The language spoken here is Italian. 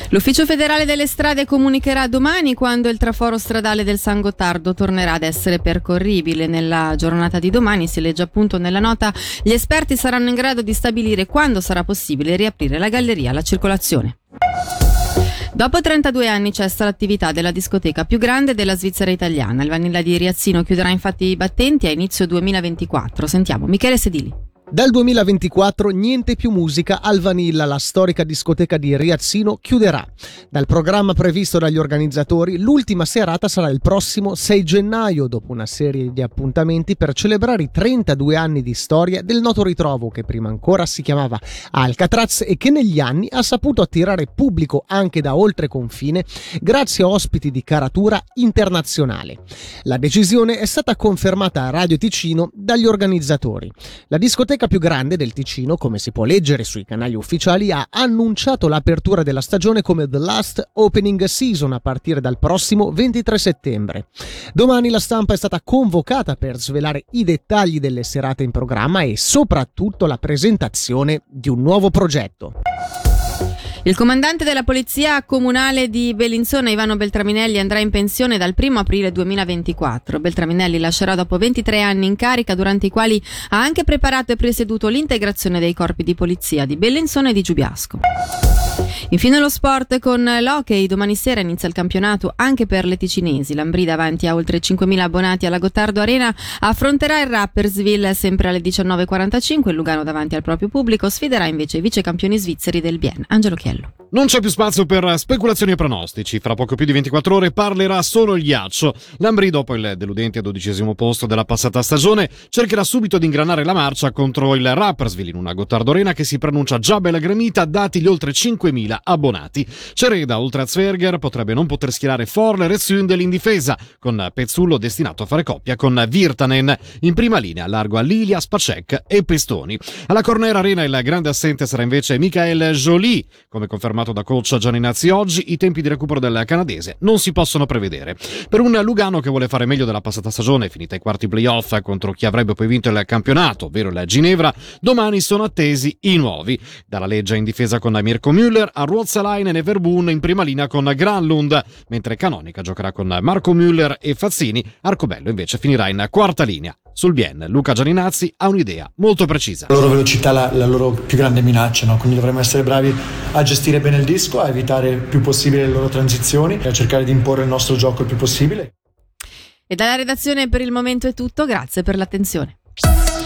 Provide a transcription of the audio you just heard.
L'Ufficio federale delle strade comunicherà domani quando il traforo stradale del San Gottardo tornerà ad essere percorribile. Nella giornata di domani, si legge appunto nella nota, gli esperti saranno in grado di stabilire quando sarà possibile riaprire la galleria alla circolazione. Dopo 32 anni cessa l'attività della discoteca più grande della Svizzera italiana. Il Vanilla di Riazzino chiuderà infatti i battenti a inizio 2024. Sentiamo Michele Sedili. Dal 2024 niente più musica al Vanilla, la storica discoteca di Riazzino chiuderà. Dal programma previsto dagli organizzatori, l'ultima serata sarà il prossimo 6 gennaio, dopo una serie di appuntamenti per celebrare i 32 anni di storia del noto ritrovo che prima ancora si chiamava Alcatraz e che negli anni ha saputo attirare pubblico anche da oltre confine grazie a ospiti di caratura internazionale. La decisione è stata confermata a Radio Ticino dagli organizzatori. La discoteca più grande del Ticino, come si può leggere sui canali ufficiali, ha annunciato l'apertura della stagione come The Last Opening Season a partire dal prossimo 23 settembre. Domani la stampa è stata convocata per svelare i dettagli delle serate in programma e soprattutto la presentazione di un nuovo progetto. Il comandante della polizia comunale di Bellinzona, Ivano Beltraminelli, andrà in pensione dal 1 aprile 2024. Beltraminelli lascerà dopo 23 anni in carica, durante i quali ha anche preparato e presieduto l'integrazione dei corpi di polizia di Bellinzona e di Giubiasco. Infine lo sport con l'hockey. Domani sera inizia il campionato anche per le ticinesi. L'Ambrì, davanti a oltre 5.000 abbonati alla Gottardo Arena, affronterà il Rapperswil sempre alle 19.45. Il Lugano, davanti al proprio pubblico, sfiderà invece i vice campioni svizzeri del Bien. Angelo Chiello. Non c'è più spazio per speculazioni e pronostici. Fra poco più di 24 ore parlerà solo il ghiaccio. L'Ambrì, dopo il deludente 12° posto della passata stagione, cercherà subito di ingranare la marcia contro il Rapperswil in una Gottardo Arena che si pronuncia già bella gremita, dati gli oltre 5.000 abbonati. Cereda, oltre a Zwerger, potrebbe non poter schierare Forler e Sundel in difesa, con Pezzullo destinato a fare coppia con Virtanen. In prima linea, largo a Lilia, Spacek e Pestoni. Alla Corner Arena il grande assente sarà invece Michael Joly. Come confermato da coach Gianni Nazzi oggi, i tempi di recupero del canadese non si possono prevedere. Per un Lugano che vuole fare meglio della passata stagione, finita ai quarti playoff contro chi avrebbe poi vinto il campionato, ovvero il Ginevra, domani sono attesi i nuovi. Dalla Leggia in difesa con Mirko Müller, a Ruotsalainen e Verboen in prima linea con Granlund, mentre Canonica giocherà con Marco Müller e Fazzini. Arcobello invece finirà in quarta linea. Sul Bien, Luca Gianinazzi ha un'idea molto precisa. La loro velocità è la loro più grande minaccia, no? Quindi dovremmo essere bravi a gestire bene il disco, a evitare il più possibile le loro transizioni e a cercare di imporre il nostro gioco il più possibile. E dalla redazione per il momento è tutto, grazie per l'attenzione.